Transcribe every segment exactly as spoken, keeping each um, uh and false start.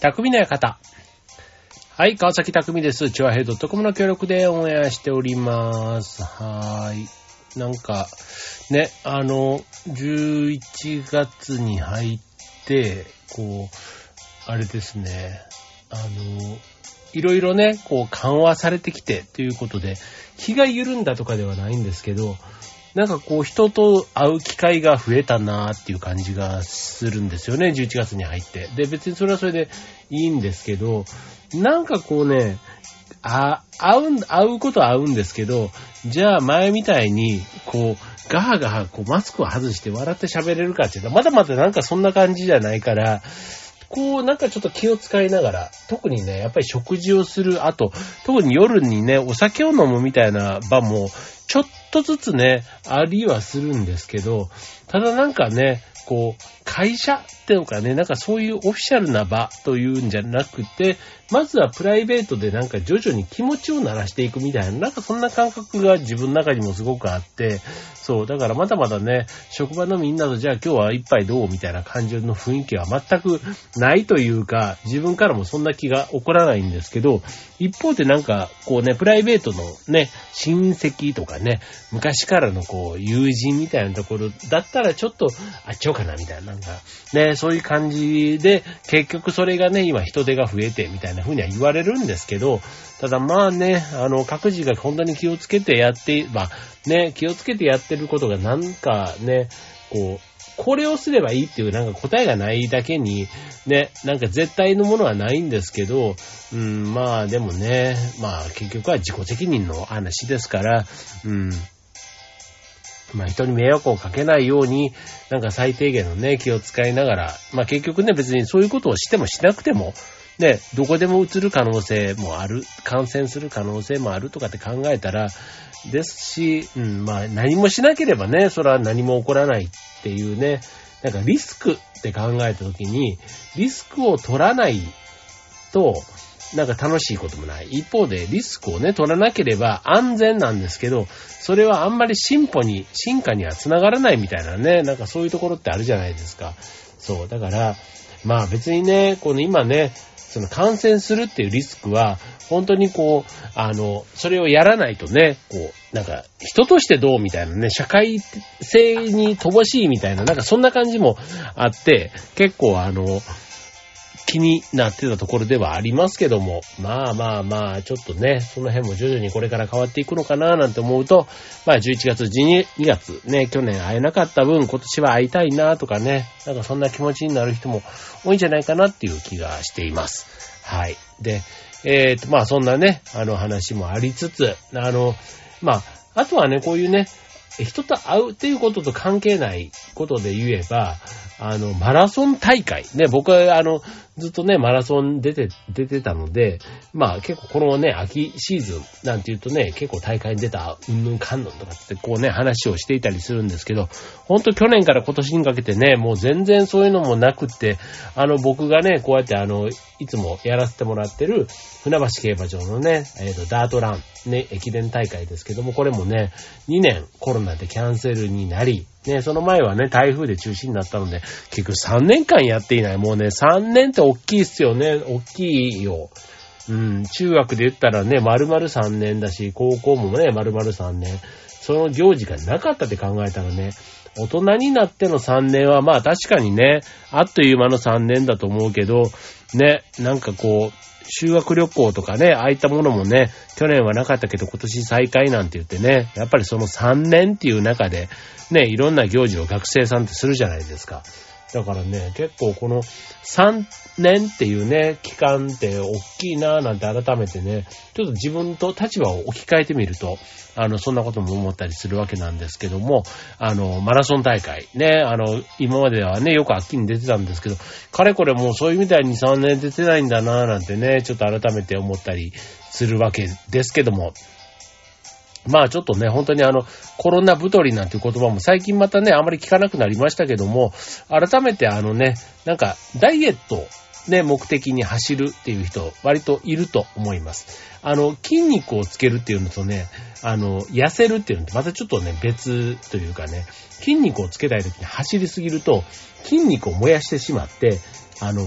匠の館。はい、川崎匠です。チュアヘイドットコムの協力でオンエアしております。はーい。なんか、ね、あの、じゅういちがつに入って、こう、あれですね、あの、いろいろね、こう緩和されてきてということで、気が緩んだとかではないんですけど、なんかこう人と会う機会が増えたなーっていう感じがするんですよね、じゅういちがつに入って。で、別にそれはそれでいいんですけど、なんかこうね、あ、会う、会うことは会うんですけど、じゃあ前みたいに、こう、ガハガハ、こうマスクを外して笑って喋れるかっていうと、まだまだなんかそんな感じじゃないから、こうなんかちょっと気を使いながら、特にね、やっぱり食事をする、あと、特に夜にね、お酒を飲むみたいな場も、ちょっとずつね、ありはするんですけど、ただなんかね、こう、会社っていうかね、なんかそういうオフィシャルな場というんじゃなくて、まずはプライベートでなんか徐々に気持ちを慣らしていくみたいな、なんかそんな感覚が自分の中にもすごくあって、そう、だからまだまだね、職場のみんなとじゃあ今日は一杯どうみたいな感じの雰囲気は全くないというか、自分からもそんな気が起こらないんですけど、一方でなんかこうね、プライベートのね、親戚とかね、昔からのこう友人みたいなところだったらちょっとあっちゃうかなみたいな、なんかね、そういう感じで結局それがね、今人手が増えてみたいな風には言われるんですけど、ただまあね、あの各自が本当に気をつけてやってまあね、気をつけてやってることがなんかね、こうこれをすればいいっていうなんか答えがないだけにね、なんか絶対のものはないんですけど、うん、まあでもね、まあ結局は自己責任の話ですから、うん。まあ人に迷惑をかけないように、なんか最低限のね、気を使いながら、まあ結局ね、別にそういうことをしてもしなくても、ね、どこでも移る可能性もある、感染する可能性もあるとかって考えたら、ですし、うん、まあ何もしなければね、それは何も起こらないっていうね、なんかリスクって考えたときに、リスクを取らないと、なんか楽しいこともない。一方でリスクをね、取らなければ安全なんですけど、それはあんまり進歩に、進化にはつながらないみたいなね、なんかそういうところってあるじゃないですか。そう、だから、まあ別にね、この今ね、その感染するっていうリスクは、本当にこう、あの、それをやらないとね、こう、なんか、人としてどうみたいなね、社会性に乏しいみたいな、なんかそんな感じもあって、結構あの、気になってたところではありますけども、まあまあまあ、ちょっとね、その辺も徐々にこれから変わっていくのかななんて思うと、まあじゅういちがつ、じゅうにがつね、去年会えなかった分、今年は会いたいなとかね、なんかそんな気持ちになる人も多いんじゃないかなっていう気がしています。はい。で、えーと、まあそんなね、あの話もありつつ、あの、まあ、あとはね、こういうね、人と会うっていうことと関係ないことで言えば、あの、マラソン大会。ね、僕はあの、ずっとね、マラソン出て、出てたので、まあ結構このね、秋シーズンなんて言うとね、結構大会に出た、うんぬんかんぬんとかってこうね、話をしていたりするんですけど、ほんと去年から今年にかけてね、もう全然そういうのもなくって、あの、僕がね、こうやってあの、いつもやらせてもらってる、船橋競馬場のね、えっと、ダートラン、ね、駅伝大会ですけども、これもね、にねんコロナでキャンセルになり、ね、その前はね、台風で中止になったので、結局さんねんかんやっていない。もうね、さんねんって大きいっすよね。大きいよ。うん、中学で言ったらね、丸々さんねんだし、高校もね、丸々さんねん。その行事がなかったって考えたらね、大人になってのさんねんはまあ確かにね、あっという間のさんねんだと思うけど、ね、なんかこう、修学旅行とかね、ああいったものもね、去年はなかったけど今年再開なんて言ってね、やっぱりそのさんねんっていう中で、ね、いろんな行事を学生さんってするじゃないですか。だからね、結構このさんねんっていうね、期間って大きいなぁなんて改めてね、ちょっと自分と立場を置き換えてみると、あの、そんなことも思ったりするわけなんですけども、あの、マラソン大会ね、あの、今まではね、よく秋に出てたんですけど、かれこれもうそういうみたいにさんねん出てないんだなぁなんてね、ちょっと改めて思ったりするわけですけども、まあちょっとね、本当にあの、コロナ太りなんていう言葉も最近またね、あまり聞かなくなりましたけども、改めてあのね、なんか、ダイエット、ね、目的に走るっていう人、割といると思います。あの、筋肉をつけるっていうのとね、あの、痩せるっていうのとまたちょっとね、別というかね、筋肉をつけたい時に走りすぎると、筋肉を燃やしてしまって、あの、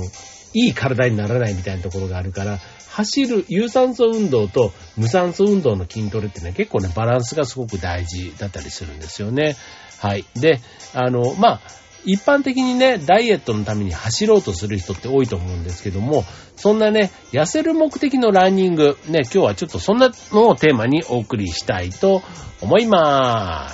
いい体にならないみたいなところがあるから、走る有酸素運動と無酸素運動の筋トレってね、結構ね、バランスがすごく大事だったりするんですよね。はい。で、あの、まあ、一般的にね、ダイエットのために走ろうとする人って多いと思うんですけども、そんなね、痩せる目的のランニング、ね、今日はちょっとそんなのをテーマにお送りしたいと思います。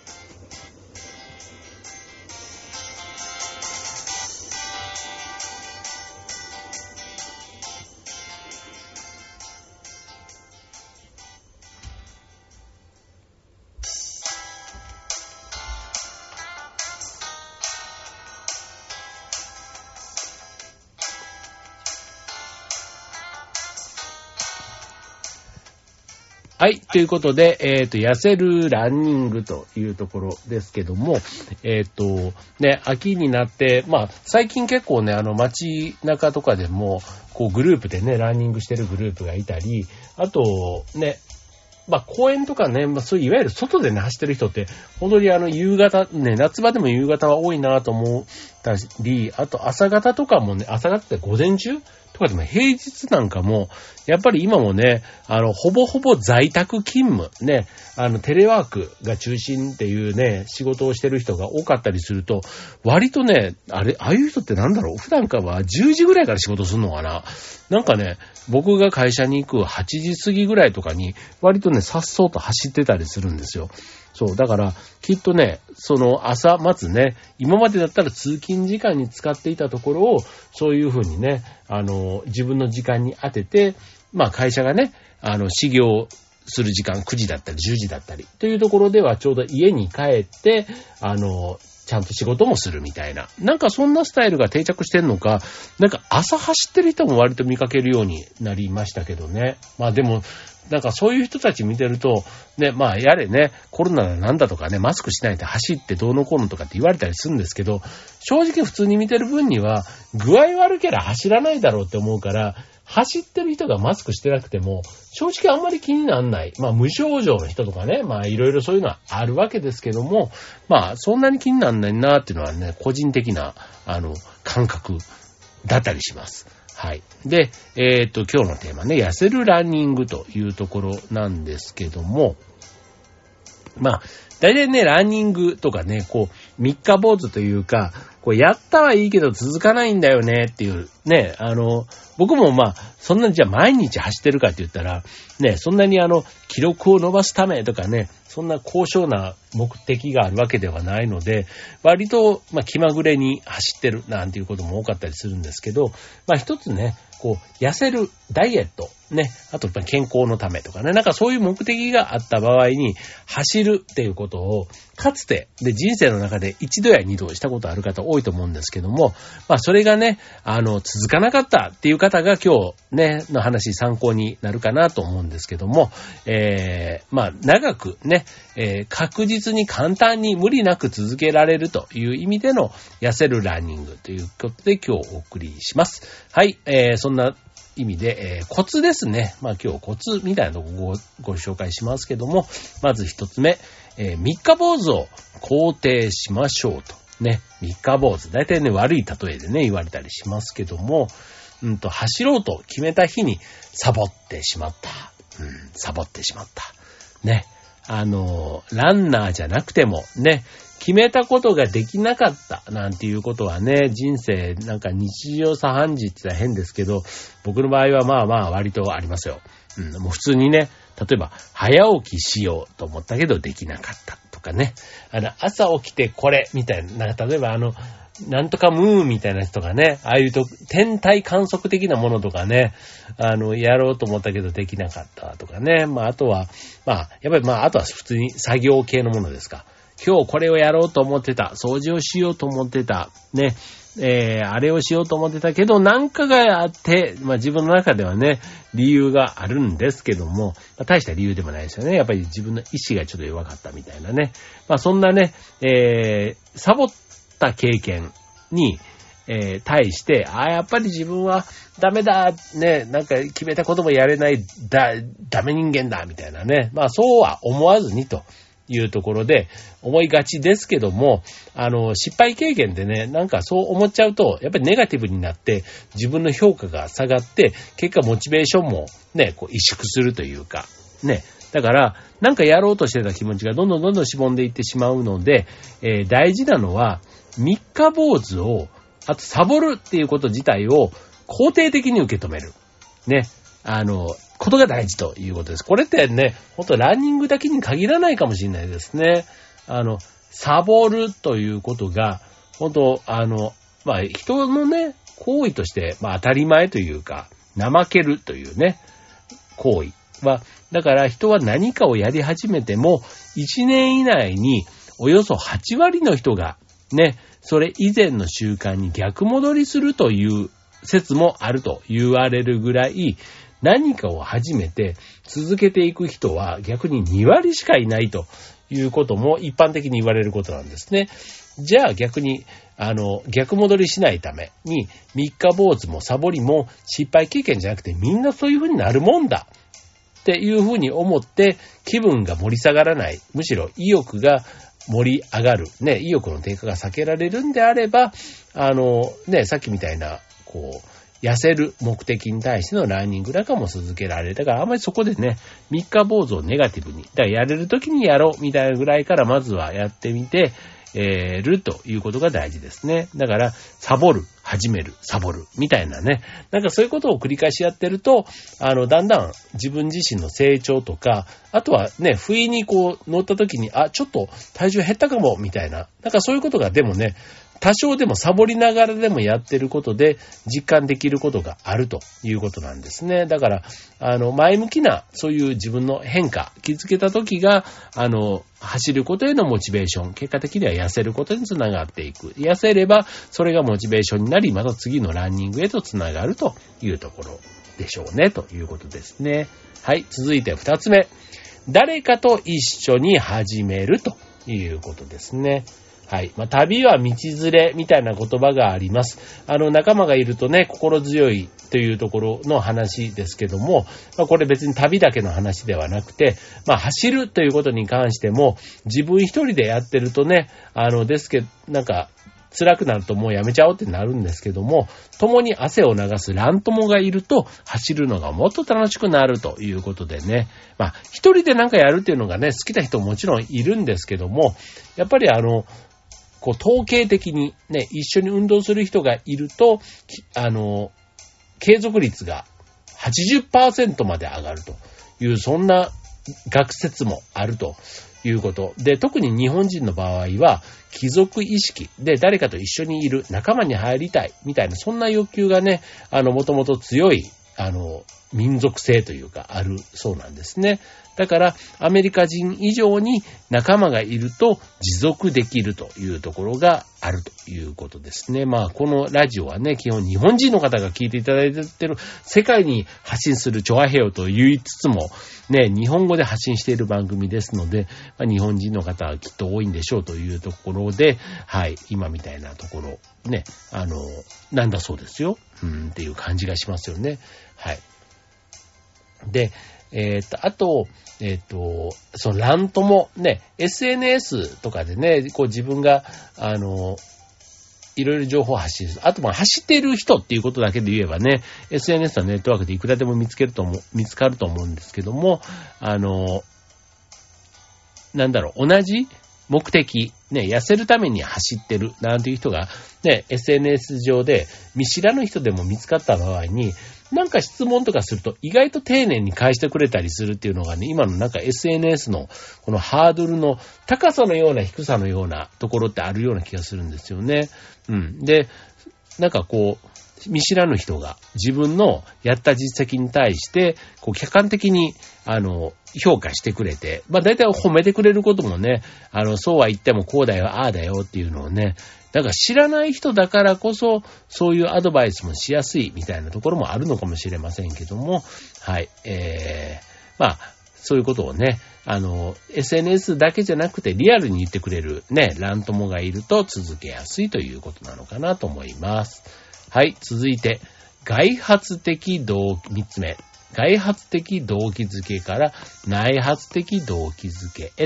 はい。ということで、えっと、痩せるランニングというところですけども、えっと、ね、秋になって、まあ、最近結構ね、あの、街中とかでも、こう、グループでね、ランニングしてるグループがいたり、あと、ね、まあ、公園とかね、まあ、そういういわゆる外でね、走ってる人って、本当にあの、夕方、ね、夏場でも夕方は多いなと思ったり、あと朝方とかもね、朝方って午前中とかでも平日なんかも、やっぱり今もね、あの、ほぼほぼ在宅勤務、ね、あの、テレワークが中心っていうね、仕事をしてる人が多かったりすると、割とね、あれ、ああいう人ってなんだろう、普段からはじゅうじぐらいから仕事するのかな。なんかね、僕が会社に行くはちじ過ぎぐらいとかに、割とね、さっそうと走ってたりするんですよ。そう、だから、きっとね、その朝待つね、今までだったら通勤時間に使っていたところを、そういうふうにね、あの、自分の時間に当てて、まあ会社がね、あの、始業する時間くじだったりじゅうじだったりというところではちょうど家に帰って、あの、ちゃんと仕事もするみたいな。なんかそんなスタイルが定着してんのか、なんか朝走ってる人も割と見かけるようになりましたけどね。まあでも、なんかそういう人たち見てると、ね、まあやれね、コロナだなんだとかね、マスクしないで走ってどうのこうのとかって言われたりするんですけど、正直普通に見てる分には、具合悪ければ走らないだろうって思うから、走ってる人がマスクしてなくても、正直あんまり気にならない。まあ無症状の人とかね、まあいろいろそういうのはあるわけですけども、まあそんなに気にならないなっていうのはね、個人的な、あの、感覚だったりします。はい。で、えっと、今日のテーマね、痩せるランニングというところなんですけども、まあ、大体ね、ランニングとかね、こう、三日坊主というか、こう、やったはいいけど続かないんだよねっていう、ね、あの、僕もまあ、そんなにじゃあ毎日走ってるかって言ったら、ね、そんなにあの、記録を伸ばすためとかね、そんな高尚な目的があるわけではないので、割と、まあ、気まぐれに走ってるなんていうことも多かったりするんですけど、まあ、一つね、こう、痩せる、ダイエット、ね、あと健康のためとかね、なんかそういう目的があった場合に、走るっていうことを、かつて、で、人生の中で一度や二度したことある方多いと思うんですけども、まあ、それがね、あの、続かなかったっていう方が今日ね、の話参考になるかなと思うんですけども、えー、まあ、長くね、えー、確実に簡単に無理なく続けられるという意味での痩せるランニングということで今日お送りします。はい、えー、そんな意味で、えー、コツですね。まあ今日コツみたいなのを ご, ご紹介しますけども、まず一つ目、えー、三日坊主を肯定しましょうと。ね、三日坊主。大体ね、悪い例えでね、言われたりしますけども、うんと、走ろうと決めた日にサボってしまった。うん、サボってしまった。ね。あの、ランナーじゃなくても、ね、決めたことができなかったなんていうことはね、人生なんか日常茶飯事って言ったら変ですけど、僕の場合はまあまあ割とありますよ。うん、もう普通にね、例えば早起きしようと思ったけどできなかったとかね、あの朝起きてこれみたいな、なんか例えばあの、なんとかムーンみたいな人がね、ああいうと天体観測的なものとかね、あの、やろうと思ったけどできなかったとかね、まああとは、まあ、やっぱりまああとは普通に作業系のものですか。今日これをやろうと思ってた。掃除をしようと思ってた。ね。えー、あれをしようと思ってたけど、なんかがあって、まあ自分の中ではね、理由があるんですけども、まあ、大した理由でもないですよね。やっぱり自分の意志がちょっと弱かったみたいなね。まあそんなね、えー、サボった経験に、えー、対して、ああ、やっぱり自分はダメだ、ね、なんか決めたこともやれない、だ、ダメ人間だ、みたいなね。まあそうは思わずにと。 いうところで思いがちですけども、あの、失敗経験でね、なんかそう思っちゃうと、やっぱりネガティブになって自分の評価が下がって、結果モチベーションもね、こう萎縮するというか、ね。だから、なんかやろうとしてた気持ちがどんどんどんどんしぼんでいってしまうので、えー、大事なのは、三日坊主を、あとサボるっていうこと自体を肯定的に受け止める。ね。あの、ことが大事ということです。これってね、ほんとランニングだけに限らないかもしれないですね。あの、サボるということが、ほんと、あの、まあ、人のね、行為として、まあ、当たり前というか、怠けるというね、行為は、だから人は何かをやり始めても、いちねん以内におよそはちわりの人が、ね、それ以前の習慣に逆戻りするという説もあると言われるぐらい、何かを始めて続けていく人は逆ににわりしかいないということも一般的に言われることなんですね。じゃあ逆に、あの、逆戻りしないために、三日坊主もサボりも失敗経験じゃなくてみんなそういう風になるもんだっていう風に思って気分が盛り下がらない、むしろ意欲が盛り上がる、ね、意欲の低下が避けられるんであれば、あの、ね、さっきみたいな、こう、痩せる目的に対してのランニングなんかも続けられる。だからあんまりそこでね、三日坊主をネガティブに、だからやれるときにやろうみたいなぐらいからまずはやってみて、えー、るということが大事ですね。だから、サボる、始める、サボる、みたいなね。なんかそういうことを繰り返しやってると、あの、だんだん自分自身の成長とか、あとはね、不意にこう乗った時に、あ、ちょっと体重減ったかも、みたいな。なんかそういうことがでもね、多少でもサボりながらでもやってることで実感できることがあるということなんですね。だから、あの、前向きなそういう自分の変化、気づけた時が、あの、走ることへのモチベーション、結果的には痩せることにつながっていく。痩せれば、それがモチベーションになり、また次のランニングへとつながるというところでしょうね、ということですね。はい、続いて二つ目。誰かと一緒に始めるということですね。はい。まあ、旅は道連れみたいな言葉があります。あの、仲間がいるとね、心強いというところの話ですけども、まあ、これ別に旅だけの話ではなくて、まあ、走るということに関しても、自分一人でやってるとね、あの、ですけど、なんか、辛くなるともうやめちゃおうってなるんですけども、共に汗を流すラン友がいると走るのがもっと楽しくなるということでね。まあ、一人でなんかやるっていうのがね、好きな人ももちろんいるんですけども、やっぱりあの、こう統計的にね、一緒に運動する人がいると、あの、継続率が はちじゅっパーセント まで上がるという、そんな学説もあるということで、特に日本人の場合は帰属意識で誰かと一緒にいる、仲間に入りたいみたいな、そんな欲求がね、あの、もともと強い、あの、民族性というかあるそうなんですね。だからアメリカ人以上に仲間がいると持続できるというところがあるということですね。まあこのラジオはね、基本日本人の方が聞いていただいている、世界に発信するチョアヘヨと言いつつもね、日本語で発信している番組ですので、まあ、日本人の方はきっと多いんでしょうというところで、はい、今みたいなところね、あのなんだそうですよ、うんっていう感じがしますよね。はい。で、えっと、あと、えっと、そのラントもね、エスエヌエス とかでね、こう自分が、あの、いろいろ情報を発信する。あと、まあ、走ってる人っていうことだけで言えばね、エスエヌエス のネットワークでいくらでも見つけると思う、見つかると思うんですけども、あの、なんだろう、同じ目的、ね、痩せるために走ってる、なんていう人が、ね、エスエヌエス 上で見知らぬ人でも見つかった場合に、なんか質問とかすると意外と丁寧に返してくれたりするっていうのがね、今のなんか エスエヌエス のこのハードルの高さのような低さのようなところってあるような気がするんですよね。うん。で、なんかこう、見知らぬ人が自分のやった実績に対して、こう客観的に、あの、評価してくれて、まあ大体褒めてくれることもね、あの、そうは言ってもこうだよ、ああだよっていうのをね、だから知らない人だからこそ、そういうアドバイスもしやすいみたいなところもあるのかもしれませんけども、はい、えー、まあ、そういうことをね、あの、エスエヌエス だけじゃなくてリアルに言ってくれるね、ラン友がいると続けやすいということなのかなと思います。はい、続いて、外発的動機、三つ目。外発的動機づけから内発的動機づけへと。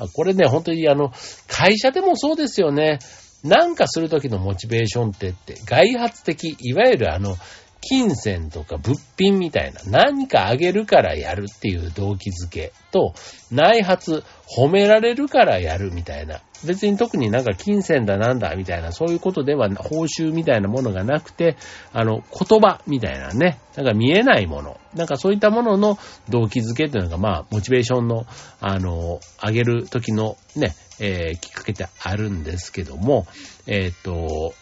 これね、本当にあの、会社でもそうですよね。なんかするときのモチベーションってって、外発的、いわゆるあの、金銭とか物品みたいな、何かあげるからやるっていう動機づけと、内発、褒められるからやるみたいな、別に特になんか金銭だなんだみたいな、そういうことでは報酬みたいなものがなくて、あの、言葉みたいなね、なんか見えないもの、なんかそういったものの動機づけというのが、まあ、モチベーションの、あの、上げる時のね、えー、きっかけってあるんですけども、えっと、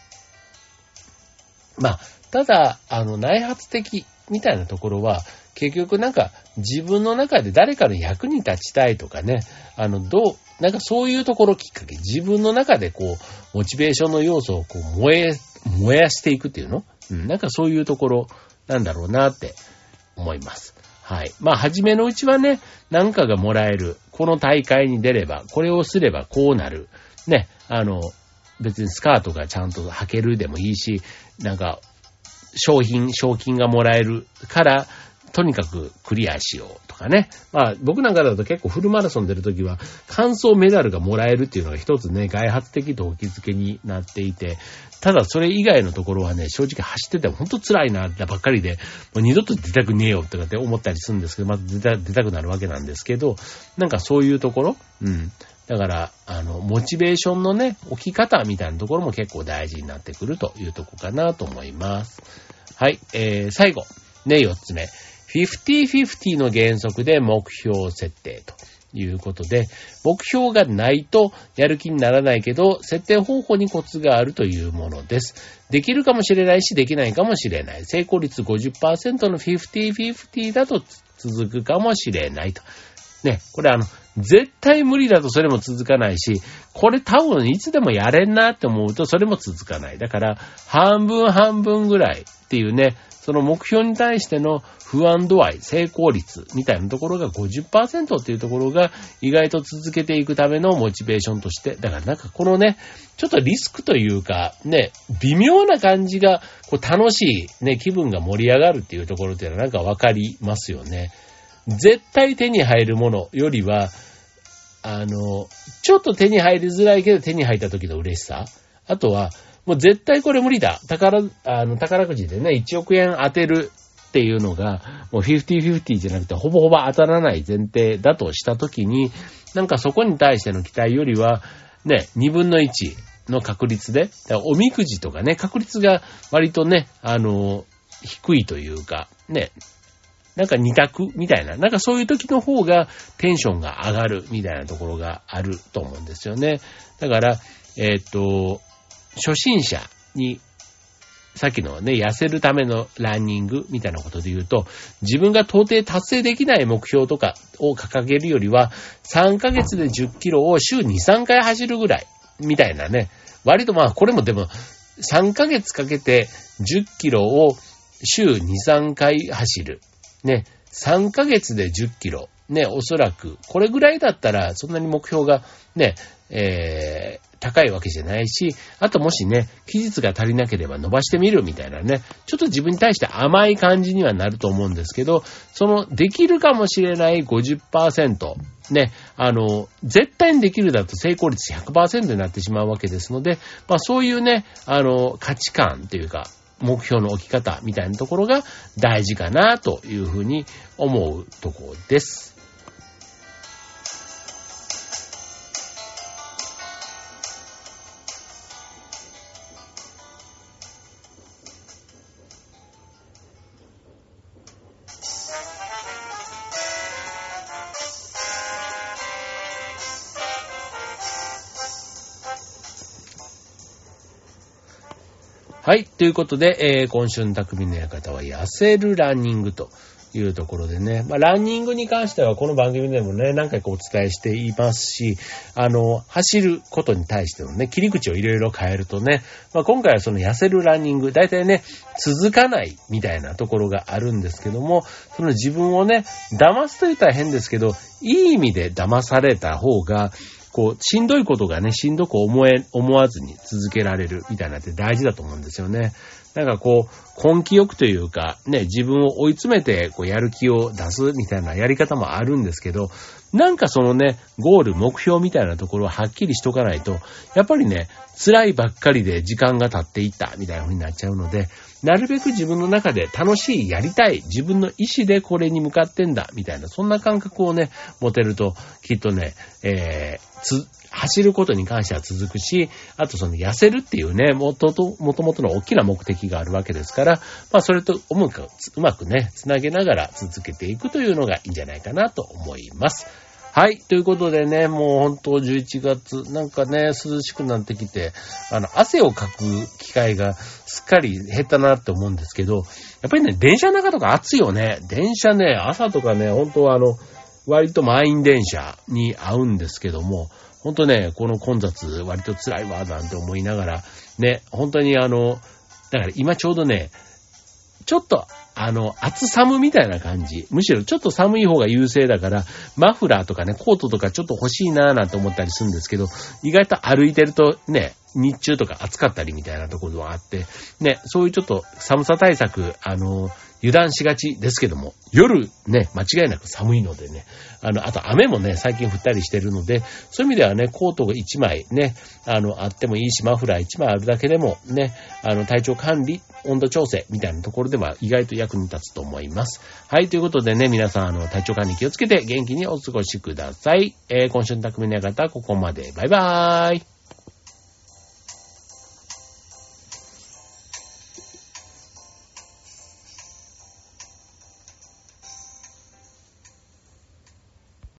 まあ、ただ、あの、内発的みたいなところは、結局なんか自分の中で誰かの役に立ちたいとかね、あの、どう、なんかそういうところきっかけ、自分の中でこう、モチベーションの要素をこう、燃え、燃やしていくっていうの？うん、なんかそういうところなんだろうなって思います。はい。まあ、初めのうちはね、なんかがもらえる。この大会に出れば、これをすればこうなる。ね、あの、別にスカートがちゃんと履けるでもいいし、なんか、商品、賞金がもらえるから、とにかくクリアしようとかね。まあ僕なんかだと結構フルマラソン出るときは完走メダルがもらえるっていうのが一つね、外発的動機づけになっていて、ただそれ以外のところはね、正直走ってても本当辛いなってばっかりで、もう二度と出たくねえよとかって思ったりするんですけど、まず出た、出たくなるわけなんですけど、なんかそういうところ、うん。だから、あの、モチベーションのね、置き方みたいなところも結構大事になってくるというところかなと思います。はい、えー、最後。ね、四つ目。フィフティフィフティの原則で目標設定ということで、目標がないとやる気にならないけど、設定方法にコツがあるというものです。できるかもしれないし、できないかもしれない。成功率 ごじゅっパーセント のフィフティフィフティだと続くかもしれないと。ね、これあの、絶対無理だとそれも続かないし、これ多分いつでもやれんなって思うとそれも続かない。だから、半分半分ぐらいっていうね、その目標に対しての不安度合い、成功率みたいなところが ごじゅっパーセント っていうところが意外と続けていくためのモチベーションとして、だからなんかこのね、ちょっとリスクというか、ね、微妙な感じが、こう楽しいね、気分が盛り上がるっていうところっていうのはなんかわかりますよね。絶対手に入るものよりは、あの、ちょっと手に入りづらいけど手に入った時の嬉しさ。あとは、もう絶対これ無理だ。宝、あの、宝くじでね、いちおくえん当てるっていうのが、もうフィフティフィフティじゃなくて、ほぼほぼ当たらない前提だとした時に、なんかそこに対しての期待よりは、ね、にぶんのいちの確率で、だからおみくじとかね、確率が割とね、あの、低いというか、ね、なんか二択みたいな、なんかそういう時の方がテンションが上がるみたいなところがあると思うんですよね。だから、えっと、初心者に、さっきのね、痩せるためのランニングみたいなことで言うと、自分が到底達成できない目標とかを掲げるよりは、さんかげつでじゅっキロを週に、さんかい走るぐらい、みたいなね。割とまあ、これもでも、さんかげつかけてじゅっキロを週に、さんかい走る。ね、さんかげつでじゅっキロ。ね、おそらく、これぐらいだったら、そんなに目標が、ね、えー、高いわけじゃないし、あともしね、期日が足りなければ伸ばしてみるみたいなね、ちょっと自分に対して甘い感じにはなると思うんですけど、その、できるかもしれない ごじゅっパーセント、ね、あの、絶対にできるだと成功率 ひゃくパーセント になってしまうわけですので、まあそういうね、あの、価値観というか、目標の置き方みたいなところが大事かなというふうに思うところです。はい。ということで、えー、今週の匠の館は痩せるランニングというところでね。まあ、ランニングに関してはこの番組でもね、何回かお伝えしていますし、あの、走ることに対してのね、切り口をいろいろ変えるとね、まあ、今回はその痩せるランニング、大体ね、続かないみたいなところがあるんですけども、その自分をね、騙すと言ったら変ですけど、いい意味で騙された方が、こう、しんどいことがね、しんどく思え、思わずに続けられるみたいなって大事だと思うんですよね。 なんかこう、根気よくというか、ね、自分を追い詰めて、こう、やる気を出すみたいなやり方もあるんですけど、なんかそのね、ゴール、目標みたいなところをはっきりしとかないと、やっぱりね、辛いばっかりで時間が経っていったみたいな風になっちゃうので、なるべく自分の中で楽しい、やりたい、自分の意思でこれに向かってんだ、みたいな、そんな感覚をね、持てると、きっとね、えー、つ、走ることに関しては続くし、あとその痩せるっていうね、もとと、もともとの大きな目的があるわけですから、まあそれとうまく、うまくね、つなげながら続けていくというのがいいんじゃないかなと思います。はい。ということでね、もう本当じゅういちがつ、なんかね、涼しくなってきて、あの、汗をかく機会がすっかり減ったなって思うんですけど、やっぱりね、電車の中とか暑いよね。電車ね、朝とかね、本当はあの、割と満員電車に合うんですけども、本当ね、この混雑割と辛いわ、なんて思いながら、ね、本当にあの、だから今ちょうどね、ちょっと、あの、暑寒みたいな感じ。むしろちょっと寒い方が優勢だから、マフラーとかね、コートとかちょっと欲しいなーなんて思ったりするんですけど、意外と歩いてるとね、日中とか暑かったりみたいなところがあって、ね、そういうちょっと寒さ対策、あの、油断しがちですけども、夜ね、間違いなく寒いのでね、あの、あと雨もね、最近降ったりしてるので、そういう意味ではね、コートが一枚ね、あの、あってもいいし、マフラー一枚あるだけでもね、あの、体調管理、温度調整みたいなところでは意外と役に立つと思います。はい、ということでね、皆さん、あの、体調管理気をつけて元気にお過ごしください。えー、今週の匠の館、ここまで。バイバーイ。